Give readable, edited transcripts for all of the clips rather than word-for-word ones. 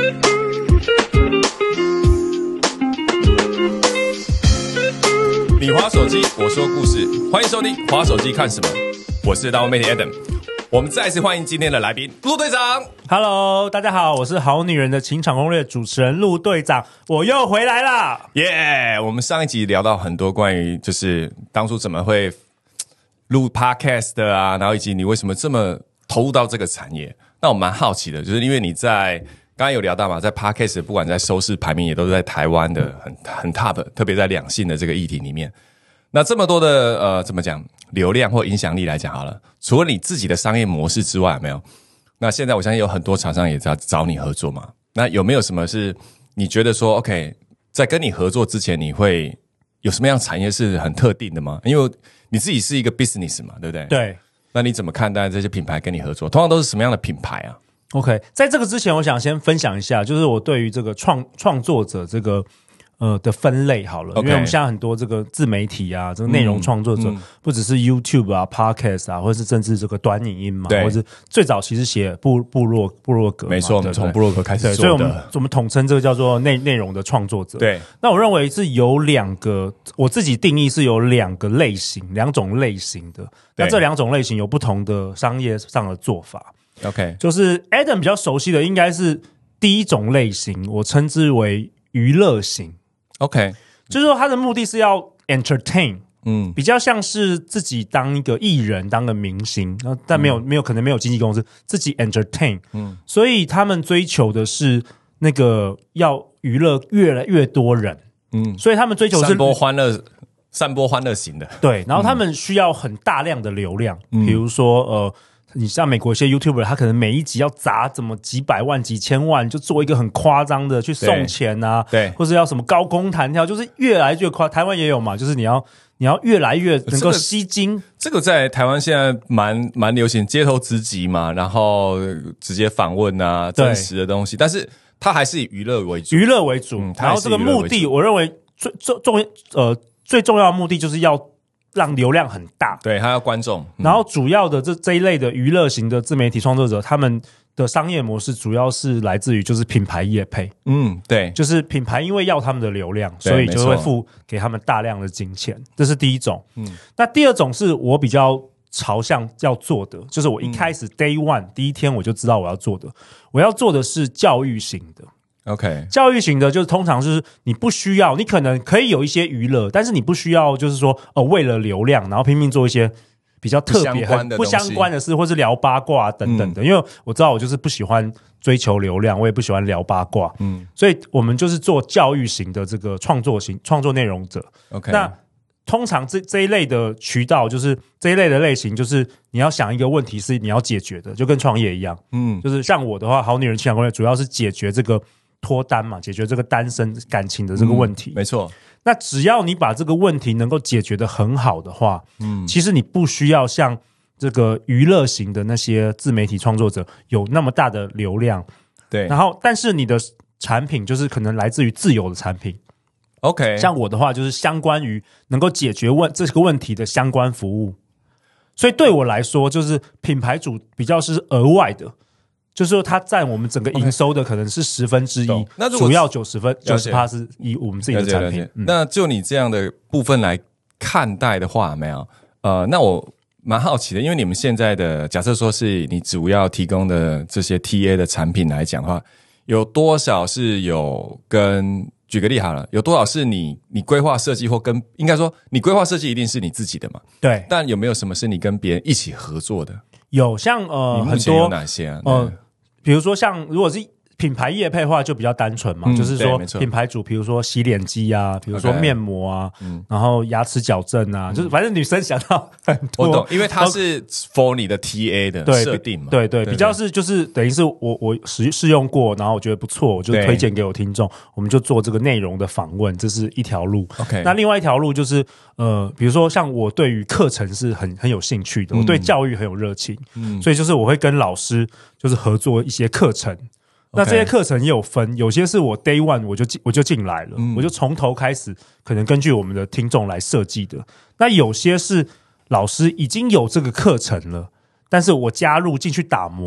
你滑手机，我说故事，欢迎收听滑手机看什么，我是大王媒体 Adam。我们再次欢迎今天的来宾陆队长。 Hello， 大家好，我是好女人的情场攻略主持人陆队长，我又回来啦！ 耶！我们上一集聊到很多关于就是当初怎么会录 Podcast 的啊，然后以及你为什么这么投入到这个产业。那我蛮好奇的，就是因为你在刚刚有聊到嘛，在 Podcast 不管在收视排名也都是在台湾的很 top， 特别在两性的这个议题里面。那这么多的怎么讲流量或影响力来讲好了，除了你自己的商业模式之外，有没有？那现在我相信有很多厂商也在找你合作嘛。那有没有什么是你觉得说 OK， 在跟你合作之前，你会有什么样的产业是很特定的吗？因为你自己是一个 business 嘛，对不对？ 对。 那你怎么看待这些品牌跟你合作？通常都是什么样的品牌啊 ？OK， 在这个之前，我想先分享一下，就是我对于这个创作者这个的分类好了， Okay. 因为我们现在很多这个自媒体啊，这个内容创作者，不只是 YouTube 啊、Podcast 啊，或者是甚至这个短影音嘛，或者是最早其实写部落格嘛， 没错，我们从部落格开始做的， 所以我们统称这个叫做内容的创作者。 对， 那我认为是有两个，我自己定义是有两种类型的。那这两种类型有不同的商业上的做法。 OK， 就是 Adam 比较熟悉的应该是第一种类型，我称之为娱乐型。 OK， 就是说他的目的是要 entertain， 比较像是自己当一个艺人，当个明星，但可能没有经纪公司，自己 entertain，所以他们追求的是那个要娱乐越来越多人，所以他们追求是散播欢乐型的， 对，然后他们需要很大量的流量，比如说你像美国一些 YouTuber， 他可能每一集要砸怎么几百万、几千万，就做一个很夸张的去送钱啊， 对， 或者要什么高空弹跳，就是越来越夸。台湾也有嘛，就是你要越来越能够吸睛。 这个在台湾现在蛮流行，街头直击嘛，然后直接访问啊，真实的东西，但是它还是以娱乐为主， 然后这个目的，我认为最重要的目的就是要让流量很大， 对，他要观众。 然后主要的这一类的娱乐型的自媒体创作者，他们的商业模式主要是来自于就是品牌业配， 对， 就是品牌因为要他们的流量，所以就会付给他们大量的金钱，这是第一种。那第二种是我比较朝向要做的，就是我一开始 Day One 第一天我就知道我要做的是教育型的。 OK， 教育型的就是通常是你不需要，你可能可以有一些娱乐，但是你不需要就是说为了流量然后拼命做一些比较特别不相关的事，或是聊八卦等等的，因为我知道我就是不喜欢追求流量，我也不喜欢聊八卦，所以我们就是做教育型的这个创作内容者。 OK， 那通常这一类的渠道，就是这一类的类型，就是你要想一个问题是你要解决的，就跟创业一样，就是像我的话，好女人情感攻略主要是解决这个脱单嘛，解决这个单身感情的这个问题， 没错。 那只要你把这个问题能够解决得很好的话，其实你不需要像这个娱乐型的那些自媒体创作者有那么大的流量， 对。 然后，但是你的产品就是可能来自于自有的产品。 OK， 像我的话就是相关于能够解决这个问题的相关服务，所以对我来说，就是品牌主比较是额外的。就是说，它占我们整个营收的可能是1/10，那主要90% 是以我们自己的产品。 那就你这样的部分来看待的话，没有那我蛮好奇的，因为你们现在的假设说是你主要提供的这些 TA 的产品来讲的话，有多少是有跟举个例好了，有多少是你规划设计或跟应该说你规划设计一定是你自己的嘛？ 对。 但有没有什么是你跟别人一起合作的？ 有，像你目前有哪些啊？ 比如说像如果是品牌业配的话就比较单纯嘛，就是说品牌主比如说洗脸机啊，比如说面膜啊，然后牙齿矫正啊，就是反正女生想到很多。 我懂，因为它是 for 你的 TA 的设定嘛。 对，比较是就是等于是我试用过，然后我觉得不错，我就推荐给我听众，我们就做这个内容的访问，这是一条路。 OK， 那另外一条路就是比如说像我对于课程是很有兴趣的，我对教育很有热情，所以就是我会跟老师就是合作一些课程。那这些课程也有分，有些是我 Day One 我就进来了，我就从头开始，可能根据我们的听众来设计的。那有些是老师已经有这个课程了，但是我加入进去打磨，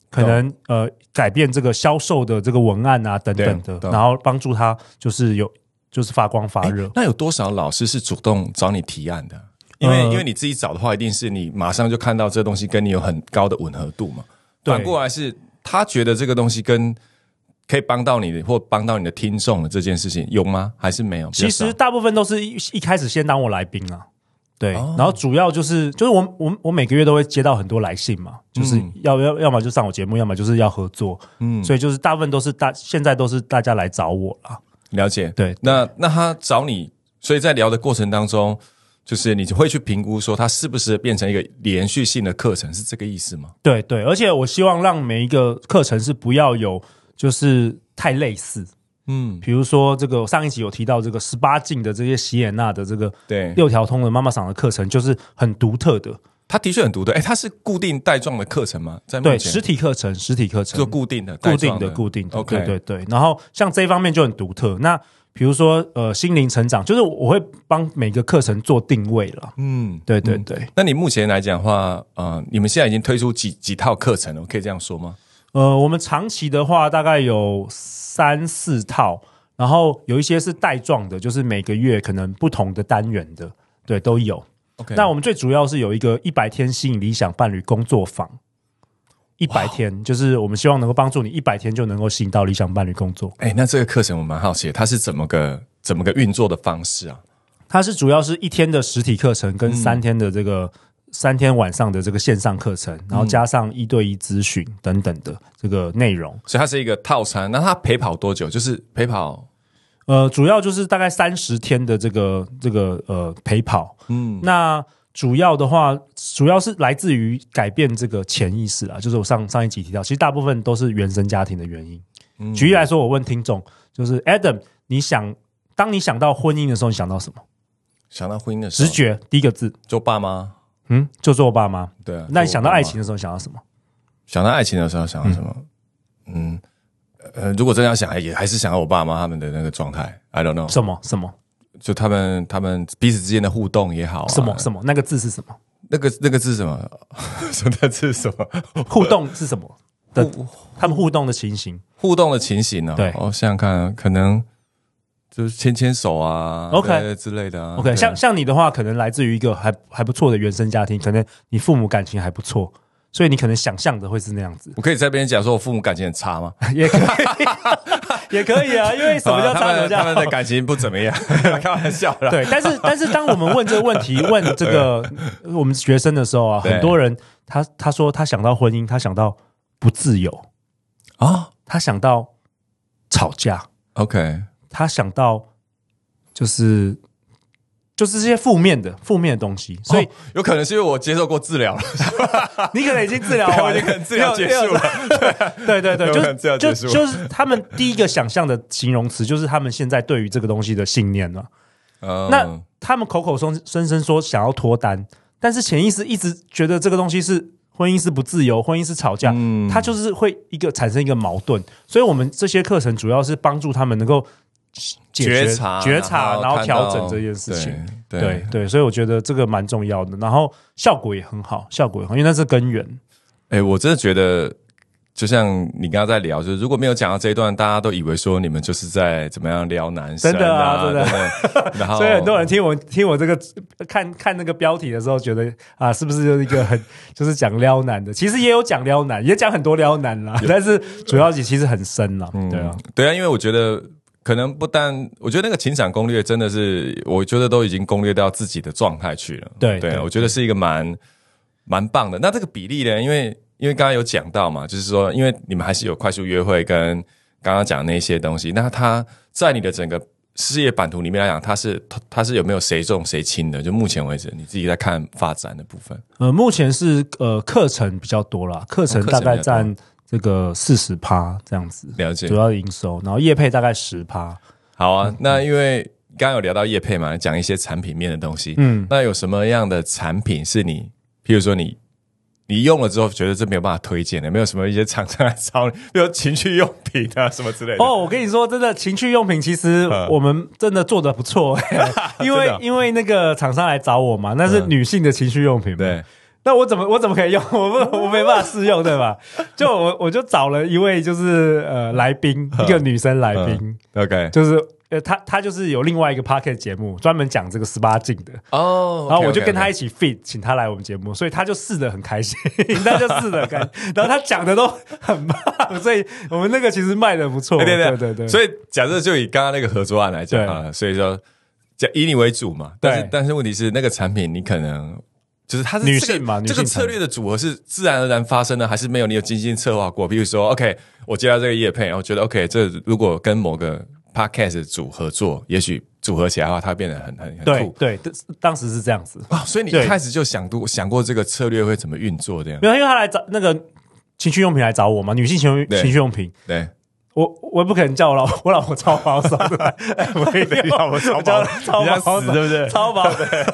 可能改变这个销售的这个文案啊等等的，然后帮助他就是发光发热。 那有多少老师是主动找你提案的？因为你自己找的话，一定是你马上就看到这东西跟你有很高的吻合度嘛。反过来是他觉得这个东西可以帮到你或帮到你的听众的这件事情有吗？还是没有？ 其实大部分都是一开始先当我来宾啊。对，然后主要就是我每个月都会接到很多来信嘛，就是要么就上我节目，要么就是要合作，所以就是大部分都是现在都是大家来找我啦。 了解， 对， 那他找你，所以在聊的过程当中，就是你会去评估说它是不是变成一个连续性的课程，是这个意思吗？ 对对，而且我希望让每一个课程是不要有就是太类似。比如说这个上一集有提到这个18禁的这些席耶娜的这个6条通的妈妈桑的课程，就是很独特的。 它的确很独特，它是固定带状的课程吗？在目前对，实体课程做固定的。 Okay. 对。然后像这一方面就很独特。那比如说心灵成长，就是我会帮每个课程做定位了。对。 那你目前来讲的话，你们现在已经推出几套课程了？可以这样说吗？ 我们长期的话大概有3-4套，然后有一些是带状的，就是每个月可能不同的单元的，对，都有。Okay. 那我们最主要是有一个100天吸引理想伴侣工作坊，100天，就是我们希望能够帮助你100天就能够吸引到理想伴侣工作。 那这个课程我蛮好奇，它是怎么个运作的方式啊？ 它是主要是1天的实体课程跟3天的3天晚上的这个线上课程，然后加上1对1咨询等等的这个内容， 所以它是一个套餐。那它陪跑多久？就是陪跑， 主要就是大概30天的这个陪跑。那主要的话，主要是来自于改变这个潜意识啦，就是我上一集提到，其实大部分都是原生家庭的原因。举例来说，我问听众，就是 Adam， 当你想到婚姻的时候，你想到什么？ 想到婚姻的时候， 直觉第一个字， 做爸妈。 就做我爸妈。 对啊。 那你想到爱情的时候想到什么？ 想到爱情的时候想到什么？如果真要想，也还是想到我爸妈他们的那个状态。I don't know。什么？ 就他们彼此之间的互动也好。 什么？那个字是什么？ 那个字是什么？什么字是什么？ 互动是什么？他们互动的情形。 互动的情形呢？ 对， 我想想看，可能。就是牵手啊 ，OK 之类的啊。 OK， 像你的话，可能来自于一个还不错的原生家庭，可能你父母感情还不错，所以你可能想象的会是那样子。 我可以在这边讲说我父母感情很差吗？ 也可以，也可以啊。因为什么叫差？ 他们的感情不怎么样，开玩笑啦。 对，但是当我们问这个问题，问这个我们学生的时候啊，很多人他说他想到婚姻，他想到不自由啊，他想到吵架。 OK。 他想到就是这些负面的东西，所以有可能是因为我接受过治疗了， 你可能已经治疗完， 我已经可能治疗结束了。 对，就是他们第一个想象的形容词，就是他们现在对于这个东西的信念了。那他们口口声声说想要脱单，但是潜意识一直觉得这个东西是。婚姻是不自由，婚姻是吵架，它就是会产生一个矛盾，所以我们这些课程主要是帮助他们能够觉察， 然后调整这件事情。对，所以我觉得这个蛮重要的，然后效果也很好，因为那是根源。 我真的觉得，就像你刚刚在聊，就是如果没有讲到这一段，大家都以为说你们就是在怎么样撩男生真的。 然后， 所以很多人听我这个看那个标题的时候，觉得啊，是不是就是一个就是讲撩男的？其实也有讲撩男，也讲很多撩男啦，但是主要其实很深啦。 对啊，因为我觉得可能不但，我觉得那个情场攻略真的是，我觉得都已经攻略到自己的状态去了。对，我觉得是一个蛮棒的。那这个比例呢？因为刚刚有讲到嘛，就是说，因为你们还是有快速约会跟刚刚讲的那些东西，那它在你的整个事业版图里面来讲，它是有没有谁重谁轻的？就目前为止，你自己在看发展的部分。 目前是课程比较多啦，课程大概占这个40%这样子， 了解主要的营收，然后业配大概10%。 好啊，那因为刚刚有聊到业配嘛，讲一些产品面的东西，那有什么样的产品是你，譬如说你用了之后觉得这没有办法推荐的，有没有什么一些厂商来找你，比如情趣用品啊什么之类的？ 我跟你说，真的情趣用品其实我们真的做得不错，因为那个厂商来找我嘛，那是女性的情趣用品嘛。 对。 那我怎么可以用？我没办法试用，对吧？就我就找了一位就是来宾，一个女生来宾 ，OK， 就是她就是有另外一个 podcast 节目，专门讲这个18禁的哦， 然后我就跟她一起 fit， 请她来我们节目，所以她就试得很开心，她就试得很开心，然后她讲的都很棒，所以我们那个其实卖的不错，对。 所以假设就以刚刚那个合作案来讲啊，所以说以你为主嘛，但是问题是那个产品你可能。就是它是女性嘛， 这个策略的组合是自然而然发生的，还是没有你有精心策划过？比如说 ，OK， 我接到这个业配，然后觉得 OK， 这如果跟某个 podcast 组合作，也许组合起来的话，它会变得很酷。 对，当时是这样子所以你一开始就想过这个策略会怎么运作这样？ 没有，因为他来找那个情趣用品来找我嘛，女性情趣用品， 对。 我不可能叫我老婆超保守的，我一定要我超保守，对不对？超保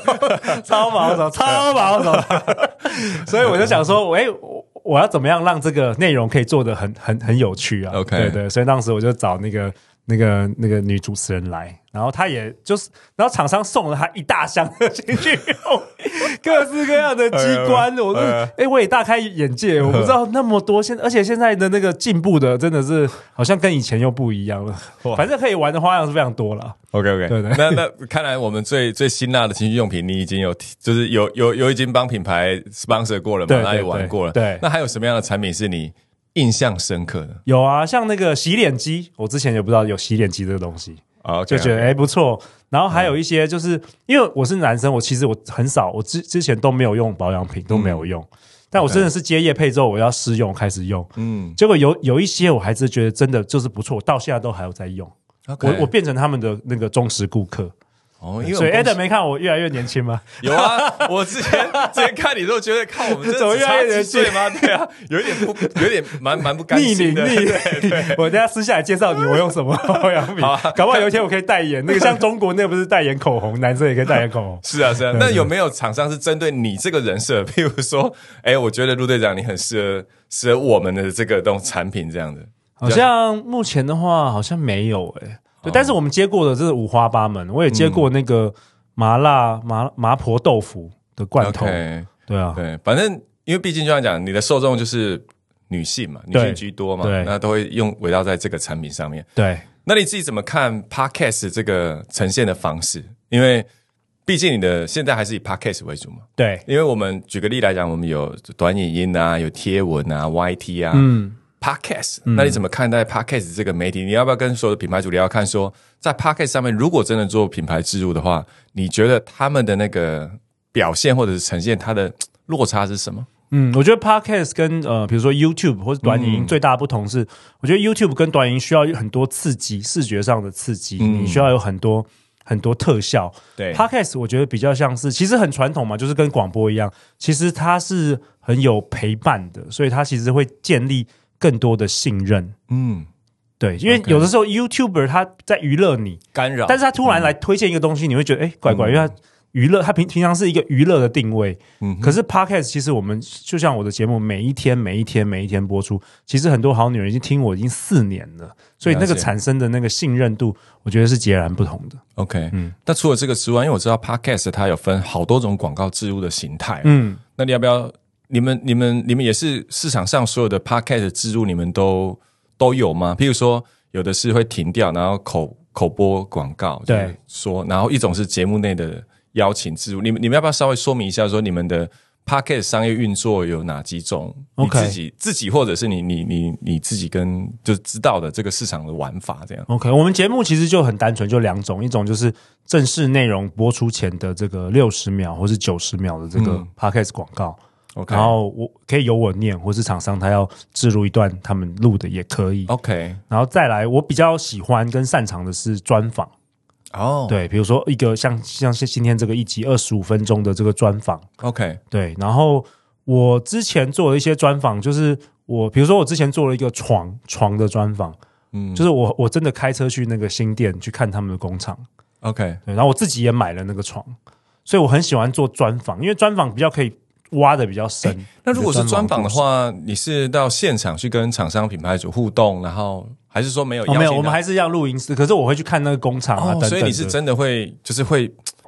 守，所以我就想说，我要怎么样让这个内容可以做得很有趣啊 ？OK， 对，所以当时我就找那个女主持人来，然后她也就是，然后厂商送了她一大箱的情趣用品，各式各样的机关，我也大开眼界，我不知道那么多，而且现在的那个进步的真的是好像跟以前又不一样了，反正可以玩的花样是非常多了。 OK， 对， 那看来我们最辛辣的情趣用品，你已经就是有已经帮品牌 sponsor 过了嘛，那也玩过了。 对， 那还有什么样的产品是你印象深刻的？ 有啊，像那个洗脸机，我之前也不知道有洗脸机这个东西，就觉得不错。然后还有一些就是因为我是男生，我其实很少，我之前都没有用保养品，都没有用。但我真的是接业配之后，我要试用开始用，结果有一些我还是觉得真的就是不错，到现在都还有在用。我变成他们的那个忠实顾客。因为所以 Adam 没看我越来越年轻吗？ 有啊，我之前看你都觉得看我们这怎越来越年轻吗？对啊，有点蛮不甘心的。 对，我等下私下来介绍你我用什么保养品，搞不好有一天我可以代言那个，像中国那不是代言口红，男生也可以代言口红。 是啊。那有没有厂商是针对你这个人设？譬如说，我觉得陆队长你很适合我们的这个东产品这样的。 好像目前的话好像没有对，但是我们接过的这是五花八门，我也接过那个麻婆豆腐的罐头，对啊， 对，反正因为毕竟就像讲，你的受众就是女性嘛，女性居多嘛，那都会围绕在这个产品上面。 对， 那你自己怎么看 Podcast 这个呈现的方式？因为毕竟你的现在还是以 Podcast 为主嘛， 对， 因为我们举个例来讲，我们有短影音啊，有贴文啊 ，YT 啊，Podcast， 那你怎么看待 Podcast 这个媒体？你要不要跟所有的品牌主聊看说，在 Podcast 上面，如果真的做品牌置入的话，你觉得他们的那个表现或者是呈现它的落差是什么？ 我觉得 Podcast 跟比如说 YouTube 或者短影音最大的不同是，我觉得 YouTube 跟短影音需要很多刺激，视觉上的刺激，你需要有很多特效。对 ，Podcast 我觉得比较像是，其实很传统嘛，就是跟广播一样，其实它是很有陪伴的，所以它其实会建立更多的信任，对，因为有的时候 YouTuber 他在娱乐你干扰， 但是他突然来推荐一个东西，你会觉得怪怪，因为他娱乐，他平常是一个娱乐的定位，可是 Podcast 其实我们就像我的节目，每一天播出，其实很多好女人已经听我已经4年了，所以那个产生的那个信任度，我觉得是截然不同的。 OK，那除了这个之外，因为我知道 Podcast 它有分好多种广告植入的形态，那你要不要？你们也是市场上所有的 podcast 植入，你们都有吗？譬如说，有的是会停掉，然后口播广告，对，说，然后一种是节目内的邀请植入。你们要不要稍微说明一下，说你们的 podcast 商业运作有哪几种？ Okay. 你自己或者是你自己跟就知道的这个市场的玩法这样。 OK， 我们节目其实就很单纯，就2种，一种就是正式内容播出前的这个60秒或是90秒的这个 podcast 广告。Okay. 然后我可以由我念，或是厂商他要置入一段他们录的也可以。 OK， 然后再来，我比较喜欢跟擅长的是专访。对，比如说一个像今天这个一集25分钟的这个专访。 OK， 对，然后我之前做了一些专访，就是比如说我之前做了一个床的专访，就是我真的开车去那个新店去看他们的工厂。 OK， 对，然后我自己也买了那个床，所以我很喜欢做专访，因为专访比较可以挖的比较深。 那如果是专访的话，你是到现场去跟厂商品牌主互动，然后还是说没有邀请？ 没有，我们还是一样录音室，可是我会去看那个工厂等等的。 所以你是真的会就是会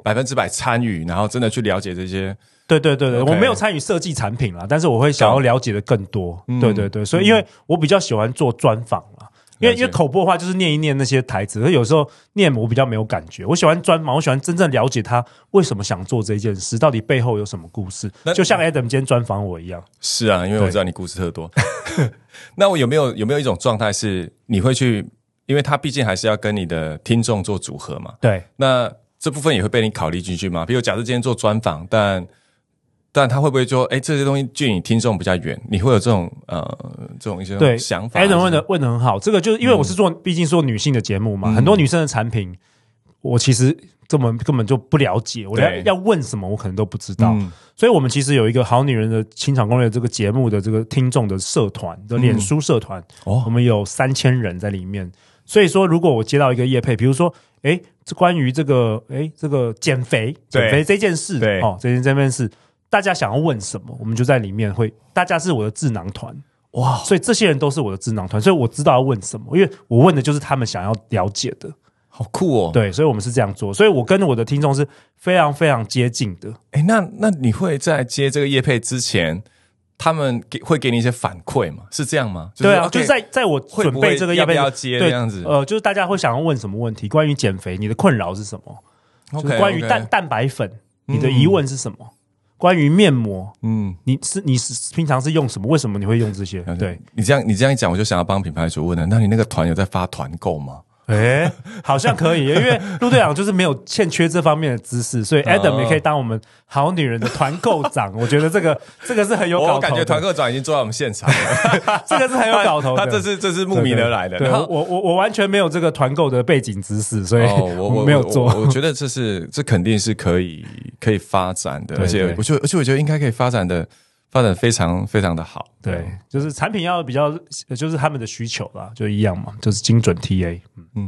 100%参与，然后真的去了解这些。 对对对对， Okay 我没有参与设计产品啦，但是我会想要了解的更多。对对对，所以因为我比较喜欢做专访啦，因为口播的话就是念一念那些台词，可是有时候念我比较没有感觉。我喜欢专访，我喜欢真正了解他为什么想做这件事，到底背后有什么故事。就像 Adam 今天专访我一样。是啊，因为我知道你故事特多。那我有没有一种状态是你会去，因为他毕竟还是要跟你的听众做组合嘛？对，那这部分也会被你考虑进去吗？比如假设今天做专访，但他会不会说，这些东西距你听众比较远，你会有这种一些想法 ？Adam 问得很好，这个就是因为我是毕竟做女性的节目嘛，很多女生的产品，我其实根本就不了解，我要问什么我可能都不知道，所以我们其实有一个好女人的情场攻略这个节目的这个听众的社团的脸书社团，我们有3000人在里面，所以说如果我接到一个业配，比如说关于这个减肥这件事，这件事。大家想要问什么，我们就在里面大家是我的智囊团，哇！所以这些人都是我的智囊团，所以我知道要问什么，因为我问的就是他们想要了解的， 好酷哦！ 对，所以我们是这样做，所以我跟我的听众是非常非常接近的。 那你会在接这个业配之前，他们会给你一些反馈吗？是这样吗？ 对啊，就是在我准备这个业配要接这样子， 就是大家会想要问什么问题？关于减肥，你的困扰是什么？就是关于蛋白粉，你的疑问是什么？关于面膜，你平常是用什么？为什么你会用这些？对， 你这样一讲，我就想要帮品牌主问了。那你那个团有在发团购吗？ 好像可以，因为陆队长就是没有欠缺这方面的知识，所以 Adam 也可以当我们好女人的团购长。我觉得这个是很有搞头的。 我感觉团购长已经坐在我们现场了， 这个是很有搞头的。 他这是慕名而来的。 对，我完全没有这个团购的背景知识，所以我没有做。 我觉得这肯定是可以发展的，而且我觉得应该可以发展非常非常的好。 对，就是产品要比较，就是他们的需求啦，就一样嘛，就是精准 TA。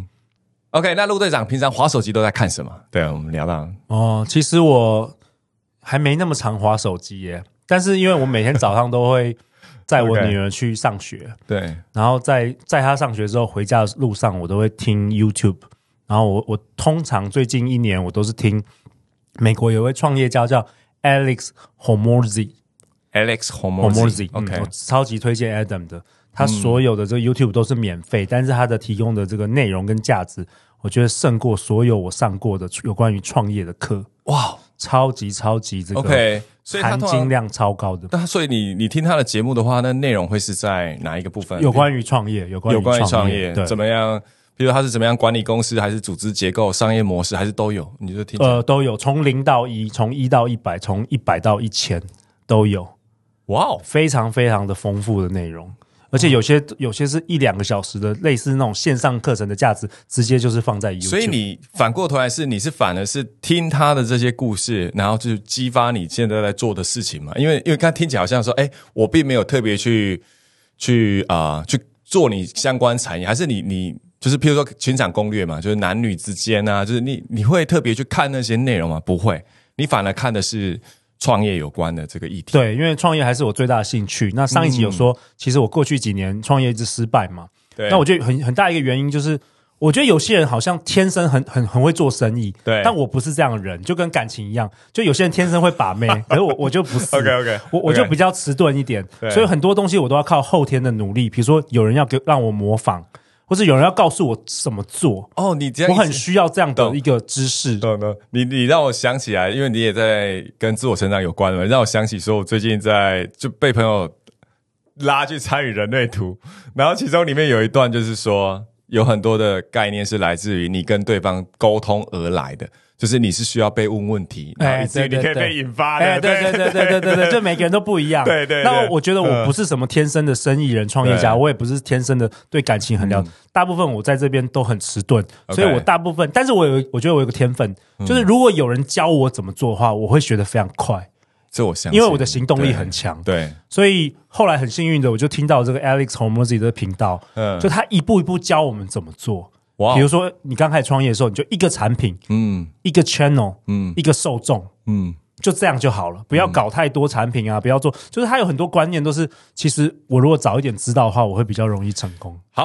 OK， 那陆队长平常滑手机都在看什么？对，我们聊到其实我还没那么常滑手机耶，但是因为我每天早上都会载我女儿去上学， 对， 然后在她上学之后回家的路上，我都会听 YouTube， 然后我通常最近1年我都是听美国有位创业家叫 Alex Hormozi，OK， 我超级推荐 Adam 的。他所有的这个 YouTube 都是免费，但是他的提供的这个内容跟价值，我觉得胜过所有我上过的有关于创业的课。哇，超级这个 OK， 所以含金量超高的。 那所以你听他的节目的话，那内容会是在哪一个部分？ 有关于创业，有关于创业， 怎么样？比如他是怎么样管理公司，还是组织结构、商业模式，还是都有？你就听都有，从0到1，从1到100，从100到1000都有。哇，非常非常的丰富的内容。而且有些是1-2个小时的类似那种线上课程的价值，直接就是放在 YouTube。 所以你反过头来你是反而是听他的这些故事，然后就激发你现在在做的事情嘛？因为刚才听起来好像说，我并没有特别去做你相关产业，还是你就是譬如说情场攻略嘛，就是男女之间啊，就是你会特别去看那些内容吗？不会，你反而看的是创业有关的这个议题。 对，因为创业还是我最大的兴趣。那上一集有说，其实我过去几年创业一直失败嘛。对。那我觉得很大一个原因就是，我觉得有些人好像天生很会做生意，对。但我不是这样的人，就跟感情一样，就有些人天生会把妹，可是我就不是。 OK， 我就比较迟钝一点，所以很多东西我都要靠后天的努力。比如说有人要让我模仿。或者有人要告诉我怎么做你这样， 我很需要这样的一个知识。 你让我想起来，因为你也在跟自我成长有关嘛，让我想起说，我最近就被朋友拉去参与人类图，然后其中里面有一段就是说，有很多的概念是来自于你跟对方沟通而来的。就是你是需要被问问题，然后以至于你可以被引发的。 对，就每个人都不一样。对。那我觉得我不是什么天生的生意人、创业家，我也不是天生的对感情很了解。大部分我在这边都很迟钝，所以我大部分，但是我觉得我有个天分，就是如果有人教我怎么做的话，我会学得非常快。 这我相信， 因为我的行动力很强。对，所以后来很幸运的，我就听到这个 Alex Hormozi 的频道，就他一步一步教我们怎么做。比如说你刚开始创业的时候，你就一个产品，一个 channel，一个受众，就这样就好了，不要搞太多产品啊，不要做，就是他有很多观念都是，其实我如果早一点知道的话，我会比较容易成功。 好，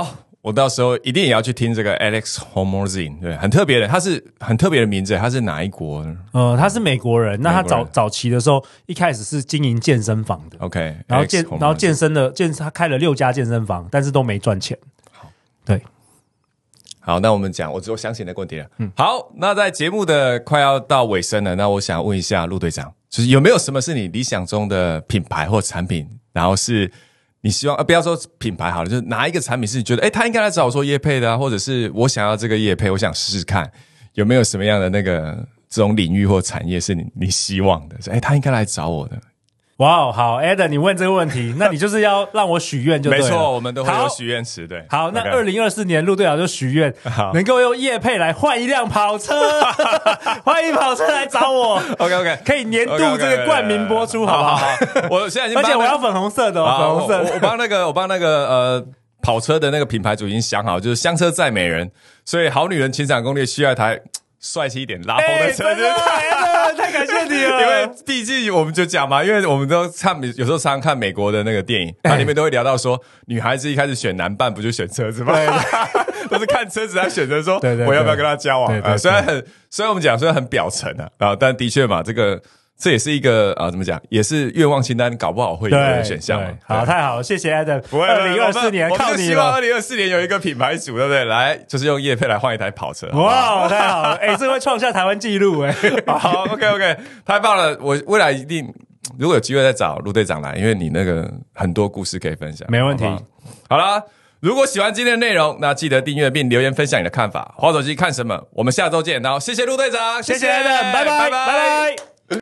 我到时候一定也要去听这个 Alex Hormozi， 对，很特别的，他是很特别的名字，他是哪一国呢？ 他是美国人。那他早期的时候，一开始是经营健身房的 ，OK， 然后健身他开了6家健身房，但是都没赚钱。 好， 对。 好，那我们讲，我只有想起那个问题了。好，那在节目的快要到尾声了，那我想问一下陆队长，就是有没有什么是你理想中的品牌或产品，然后是你希望不要说品牌好了，就是哪一个产品是你觉得他应该来找我做业配的啊，或者是我想要这个业配，我想试试看有没有什么样的那个这种领域或产业是你希望的，他应该来找我的。 哇，好 ，Adam， 你问这个问题，那你就是要让我许愿就对了。 没错，我们都会有许愿池，对。 好，那2024年陆队长就许愿，能够用业配来换一辆跑车，换一跑车来找我。 OK， 可以年度这个冠名播出，好不好？ 我现在已经， 而且我要粉红色的，粉红色。 我帮那个跑车的那个品牌主已经想好，就是香车载美人，所以好女人情场攻略需要一台帅气一点拉风的车。 太感谢你了， 因为毕竟我们就讲嘛，因为我们都有时候常常看美国的那个电影，它里面都会聊到说，女孩子一开始选男伴不就选车子吗？都是看车子来选择说，我要不要跟他交往？虽然我们讲虽然很表层啊，但的确嘛，这也是一个怎么讲，也是愿望清单，搞不好会有的选项嘛。 好，太好了，谢谢 Adam。2024年靠你了，我们希望2024年有一个品牌主，对不对？来，就是用业配来换一台跑车。 哇，太好了！这会创下台湾纪录好 ，OK， 太棒了！我未来一定如果有机会再找陆队长来，因为你那个很多故事可以分享。 没问题。 好啦，如果喜欢今天的内容，那记得订阅并留言分享你的看法。滑手机看什么？我们下周见。然后谢谢陆队长， 谢谢 Adam， 拜拜。